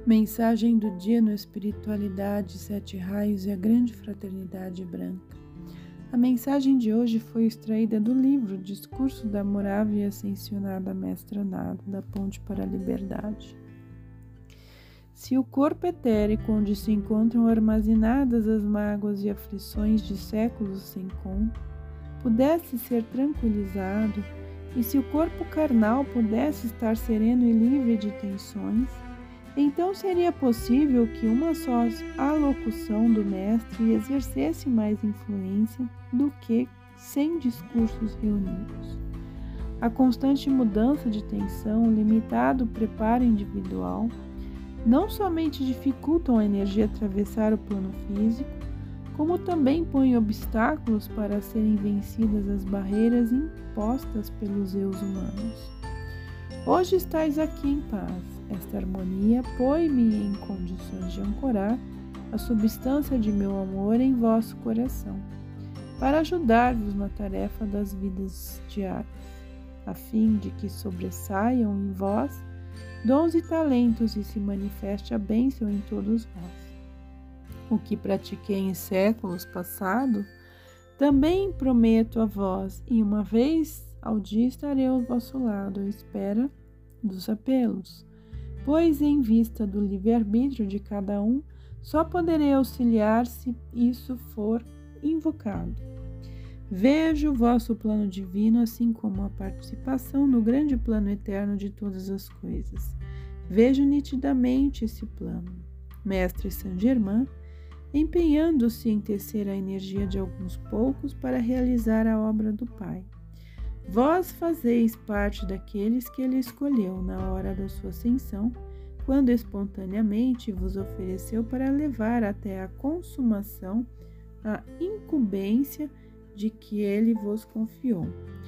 Mensagem do dia no Espiritualidade, Sete Raios e a Grande Fraternidade Branca. A mensagem de hoje foi extraída do livro Discurso da Amorável e Ascensionada Mestra Nada, da Ponte para a Liberdade. Se o corpo etérico onde se encontram armazenadas as mágoas e aflições de séculos sem conto pudesse ser tranquilizado, e se o corpo carnal pudesse estar sereno e livre de tensões, então seria possível que uma só alocução do Mestre exercesse mais influência do que 100 discursos reunidos. A constante mudança de tensão, o limitado preparo individual, não somente dificultam a energia atravessar o plano físico, como também põem obstáculos para serem vencidas as barreiras impostas pelos eus humanos. Hoje estais aqui em paz. Esta harmonia põe-me em condições de ancorar a substância de meu amor em vosso coração, para ajudar-vos na tarefa das vidas diárias, a fim de que sobressaiam em vós dons e talentos e se manifeste a bênção em todos vós. O que pratiquei em séculos passados, também prometo a vós, e uma vez ao dia estarei ao vosso lado, à espera dos apelos, pois em vista do livre-arbítrio de cada um, só poderei auxiliar se isso for invocado. Vejo o vosso plano divino, assim como a participação no grande plano eterno de todas as coisas. Vejo nitidamente esse plano. Mestre Saint-Germain, empenhando-se em tecer a energia de alguns poucos para realizar a obra do Pai. Vós fazeis parte daqueles que ele escolheu na hora da sua ascensão, quando espontaneamente vos ofereceu para levar até a consumação a incumbência de que ele vos confiou.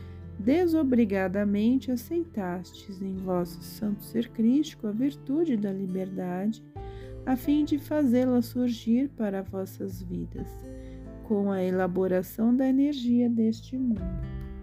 Desobrigadamente aceitastes em vosso santo ser crístico a virtude da liberdade, a fim de fazê-la surgir para vossas vidas, com a elaboração da energia deste mundo.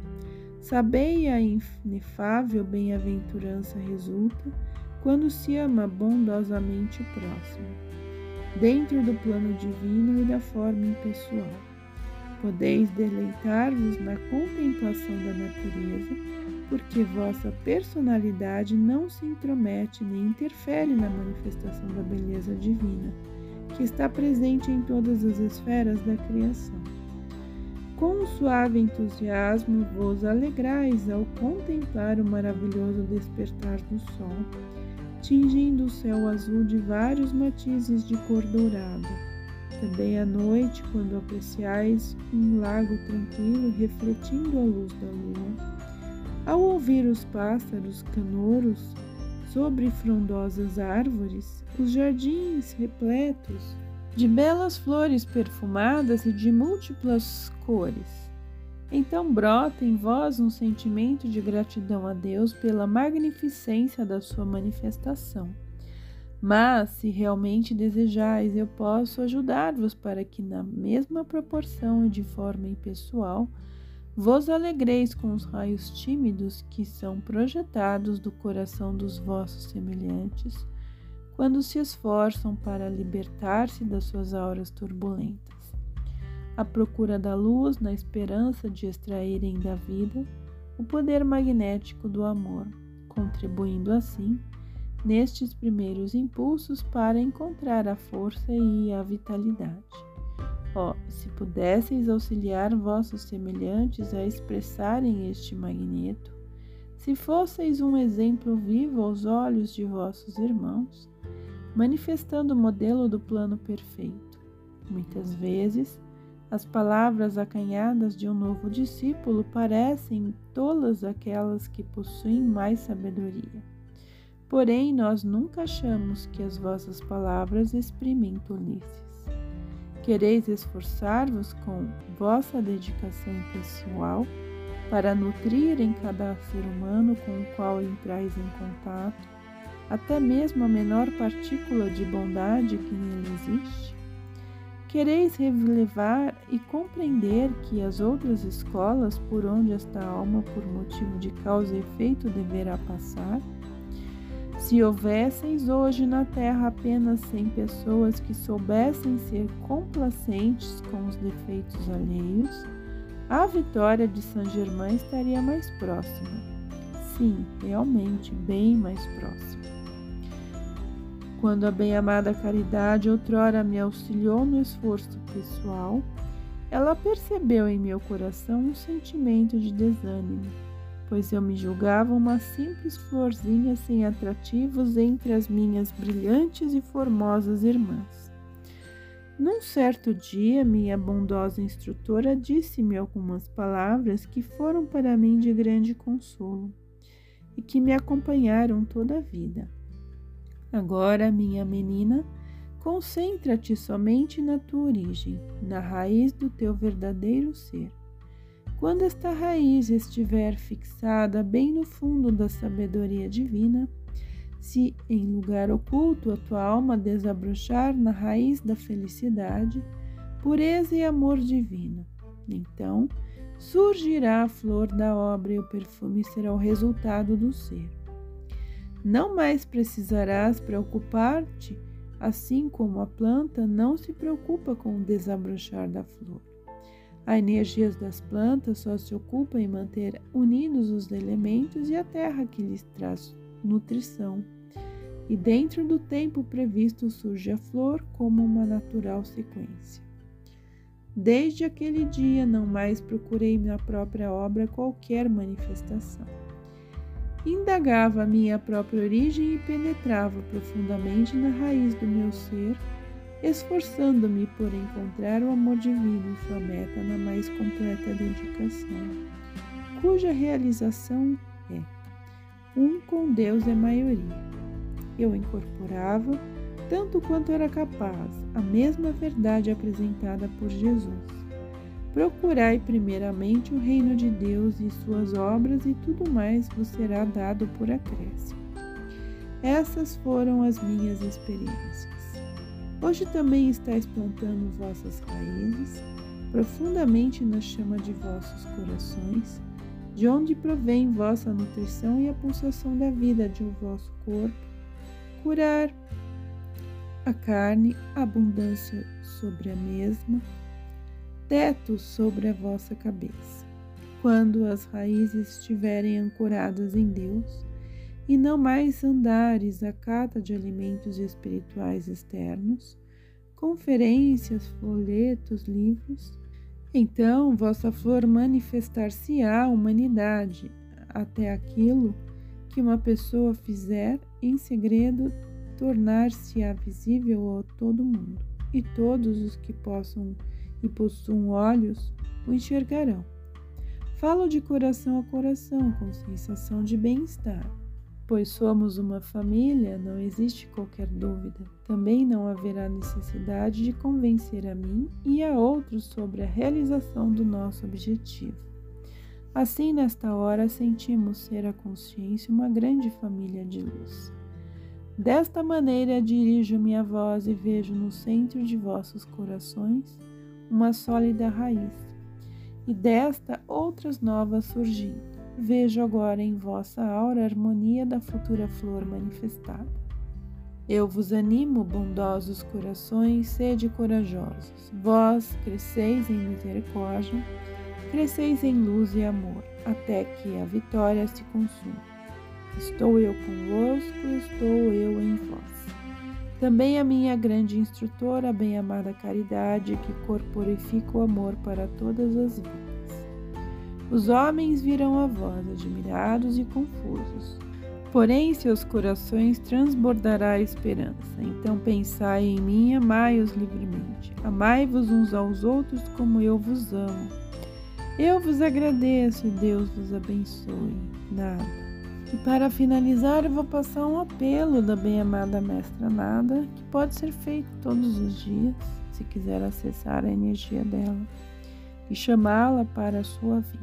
Sabei a inefável bem-aventurança resulta quando se ama bondosamente o próximo, dentro do plano divino e da forma impessoal. Podeis deleitar-vos na contemplação da natureza, porque vossa personalidade não se intromete nem interfere na manifestação da beleza divina, que está presente em todas as esferas da criação. Com um suave entusiasmo vos alegrais ao contemplar o maravilhoso despertar do sol, tingindo o céu azul de vários matizes de cor dourada. Também à noite, quando apreciais um lago tranquilo refletindo a luz da lua, ao ouvir os pássaros canoros sobre frondosas árvores, os jardins repletos de belas flores perfumadas e de múltiplas cores. Então brota em vós um sentimento de gratidão a Deus pela magnificência da sua manifestação. Mas, se realmente desejais, eu posso ajudar-vos para que, na mesma proporção e de forma impessoal, vos alegreis com os raios tímidos que são projetados do coração dos vossos semelhantes, quando se esforçam para libertar-se das suas auras turbulentas, à procura da luz, na esperança de extraírem da vida o poder magnético do amor, contribuindo assim nestes primeiros impulsos para encontrar a força e a vitalidade. Se pudesseis auxiliar vossos semelhantes a expressarem este magneto, se fosseis um exemplo vivo aos olhos de vossos irmãos, manifestando o modelo do plano perfeito. Muitas vezes, as palavras acanhadas de um novo discípulo parecem tolas aquelas que possuem mais sabedoria. Porém, nós nunca achamos que as vossas palavras exprimem tolices. Quereis esforçar-vos com vossa dedicação pessoal para nutrir em cada ser humano com o qual entrais em contato até mesmo a menor partícula de bondade que nele existe? Quereis relevar e compreender que as outras escolas por onde esta alma, por motivo de causa e efeito, deverá passar? Se houvesseis hoje na terra apenas 100 pessoas que soubessem ser complacentes com os defeitos alheios, a vitória de Saint-Germain estaria mais próxima. Sim, realmente, bem mais próxima. Quando a bem-amada Caridade outrora me auxiliou no esforço pessoal, ela percebeu em meu coração um sentimento de desânimo, pois eu me julgava uma simples florzinha sem atrativos entre as minhas brilhantes e formosas irmãs. Num certo dia, minha bondosa instrutora disse-me algumas palavras que foram para mim de grande consolo e que me acompanharam toda a vida. Agora, minha menina, concentra-te somente na tua origem, na raiz do teu verdadeiro ser. Quando esta raiz estiver fixada bem no fundo da sabedoria divina, se em lugar oculto a tua alma desabrochar na raiz da felicidade, pureza e amor divino, então surgirá a flor da obra e o perfume será o resultado do ser. Não mais precisarás preocupar-te, assim como a planta não se preocupa com o desabrochar da flor. A energia das plantas só se ocupa em manter unidos os elementos e a terra que lhes traz nutrição. E dentro do tempo previsto surge a flor como uma natural sequência. Desde aquele dia não mais procurei na própria obra qualquer manifestação. Indagava a minha própria origem e penetrava profundamente na raiz do meu ser, esforçando-me por encontrar o amor divino e sua meta na mais completa dedicação, cuja realização é: um com Deus é maioria. Eu incorporava, tanto quanto era capaz, a mesma verdade apresentada por Jesus. Procurai primeiramente o reino de Deus e suas obras, e tudo mais vos será dado por acréscimo. Essas foram as minhas experiências. Hoje também estáis plantando vossas raízes profundamente na chama de vossos corações, de onde provém vossa nutrição e a pulsação da vida de vosso corpo, curar a carne, abundância sobre a mesma, teto sobre a vossa cabeça. Quando as raízes estiverem ancoradas em Deus, e não mais andares à cata de alimentos espirituais externos, conferências, folhetos, livros, então vossa flor manifestar-se-á à humanidade, até aquilo que uma pessoa fizer em segredo tornar-se-á visível a todo mundo, e todos os que possam e possuam olhos o enxergarão. Falo de coração a coração, com sensação de bem-estar. Pois somos uma família, não existe qualquer dúvida. Também não haverá necessidade de convencer a mim e a outros sobre a realização do nosso objetivo. Assim, nesta hora, sentimos ser a consciência uma grande família de luz. Desta maneira, dirijo minha voz e vejo no centro de vossos corações uma sólida raiz, e desta outras novas surgindo. Vejo agora em vossa aura a harmonia da futura flor manifestada. Eu vos animo, bondosos corações, sede corajosos. Vós cresceis em misericórdia, cresceis em luz e amor, até que a vitória se consuma. Estou eu convosco, estou eu em vós. Também a minha grande instrutora, a bem-amada Caridade, que corporifica o amor para todas as vidas. Os homens virão a vós, admirados e confusos. Porém, em seus corações transbordará a esperança. Então pensai em mim e amai-os livremente. Amai-vos uns aos outros como eu vos amo. Eu vos agradeço e Deus vos abençoe. Nada. E para finalizar, eu vou passar um apelo da bem-amada Mestra Nada, que pode ser feito todos os dias, se quiser acessar a energia dela e chamá-la para a sua vida.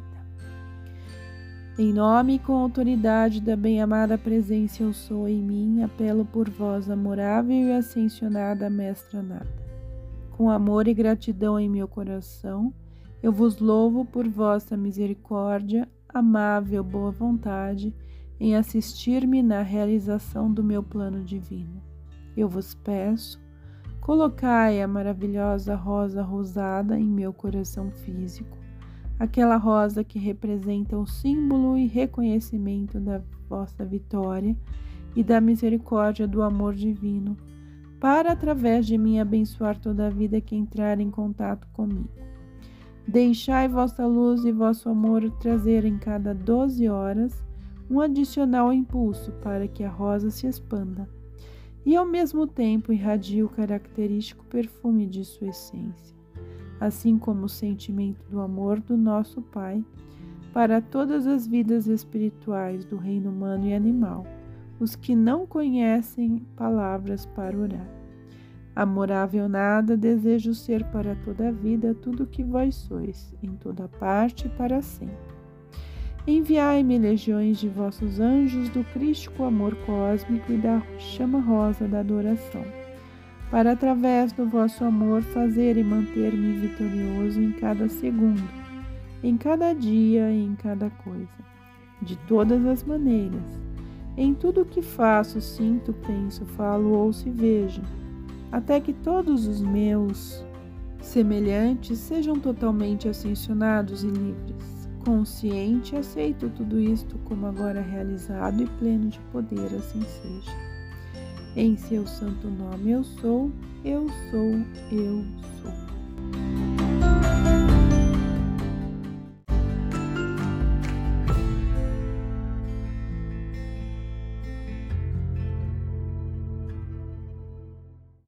Em nome e com autoridade da bem-amada presença eu sou em mim, apelo por vós, amorável e ascensionada Mestra Nada. Com amor e gratidão em meu coração, eu vos louvo por vossa misericórdia, amável boa vontade, em assistir-me na realização do meu plano divino. Eu vos peço, colocai a maravilhosa rosa rosada em meu coração físico, aquela rosa que representa o símbolo e reconhecimento da vossa vitória e da misericórdia do amor divino, para através de mim abençoar toda a vida que entrar em contato comigo. Deixai vossa luz e vosso amor trazer em cada 12 horas um adicional impulso para que a rosa se expanda e ao mesmo tempo irradie o característico perfume de sua essência, assim como o sentimento do amor do nosso Pai para todas as vidas espirituais do reino humano e animal, os que não conhecem palavras para orar. Amorável nada, desejo ser para toda a vida tudo o que vós sois, em toda parte e para sempre. Enviai-me legiões de vossos anjos do crístico amor cósmico e da chama rosa da adoração, para através do vosso amor fazer e manter-me vitorioso em cada segundo, em cada dia e em cada coisa, de todas as maneiras, em tudo o que faço, sinto, penso, falo ou se vejo, até que todos os meus semelhantes sejam totalmente ascensionados e livres. Consciente, aceito tudo isto como agora realizado e pleno de poder, assim seja. Em seu santo nome eu sou, eu sou, eu sou.